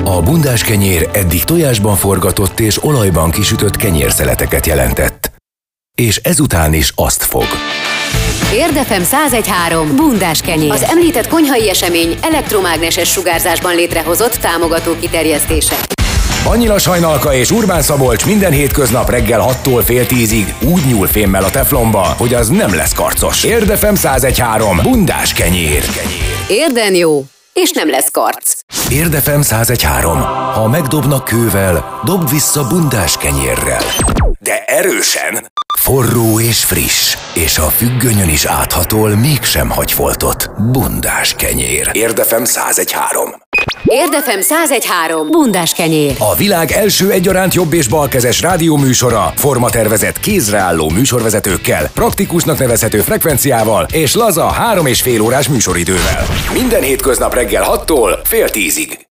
A bundás kenyér eddig tojásban forgatott és olajban kisütött kenyérszeleteket jelentett. És ezután is azt fog. Érdefem 101.3 bundás kenyér. Az említett konyhai esemény elektromágneses sugárzásban létrehozott támogató kiterjesztése. Annyira Sajnalka és Urbán Szabolcs minden hétköznap reggel 6-tól fél 10-ig úgy nyúl fémmel a teflonba, hogy az nem lesz karcos. Érdefem 101.3 bundás kenyér. Érden jó, és nem lesz karc. Érdefem 101.3. Ha megdobnak kővel, dobd vissza bundás kenyérrel. De erősen! Forró és friss, és a függönyön is áthatol, mégsem hagy foltot. Bundás kenyér. Érdefem 101.3. Érdefem 101.3 bundás kenyér. A világ első egyaránt jobb és balkezes rádióműsora, formatervezett kézre álló műsorvezetőkkel, praktikusnak nevezhető frekvenciával és laza 3,5 órás műsoridővel. Minden hétköznap reggel 6-tól fél 10-ig.